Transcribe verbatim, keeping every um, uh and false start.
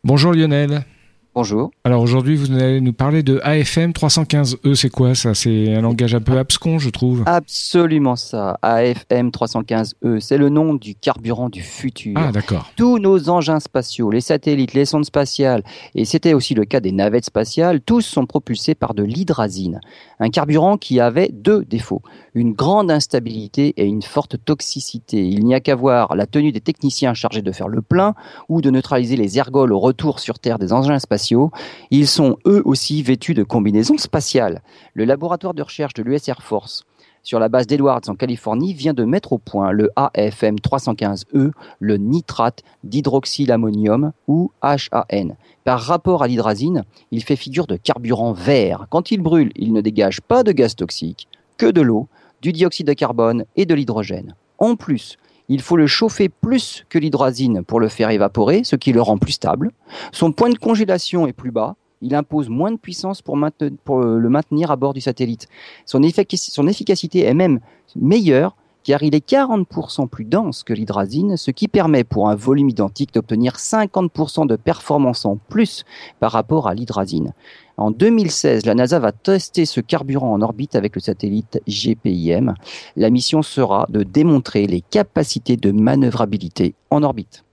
Bonjour Lionel. Bonjour. Alors aujourd'hui, vous allez nous parler de A F M trois cent quinze E. C'est quoi ça? C'est un langage un peu abscon, je trouve. Absolument ça. A F M trois cent quinze E, c'est le nom du carburant du Ah, futur. d'accord. Tous nos engins spatiaux, les satellites, les sondes spatiales, et c'était aussi le cas des navettes spatiales, tous sont propulsés par de l'hydrazine. Un carburant qui avait deux défauts. Une grande instabilité et une forte toxicité. Il n'y a qu'à voir la tenue des techniciens chargés de faire le plein ou de neutraliser les ergols au retour sur Terre des engins spatiaux. Ils sont eux aussi vêtus de combinaisons spatiales. Le laboratoire de recherche de l'U S Air Force, sur la base d'Edwards en Californie, vient de mettre au point le A F M trois cent quinze E, le nitrate d'hydroxylammonium ou H A N. Par rapport à l'hydrazine, il fait figure de carburant vert. Quand il brûle, il ne dégage pas de gaz toxique, que de l'eau, du dioxyde de carbone et de l'hydrogène. En plus, il faut le chauffer plus que l'hydrazine pour le faire évaporer, ce qui le rend plus stable. Son point de congélation est plus bas. Il impose moins de puissance pour, maintenir, pour le maintenir à bord du satellite. Son, effic- son efficacité est même meilleure car il est quarante pour cent plus dense que l'hydrazine, ce qui permet pour un volume identique d'obtenir cinquante pour cent de performance en plus par rapport à l'hydrazine. En deux mille seize, la NASA va tester ce carburant en orbite avec le satellite G P I M. La mission sera de démontrer les capacités de manœuvrabilité en orbite.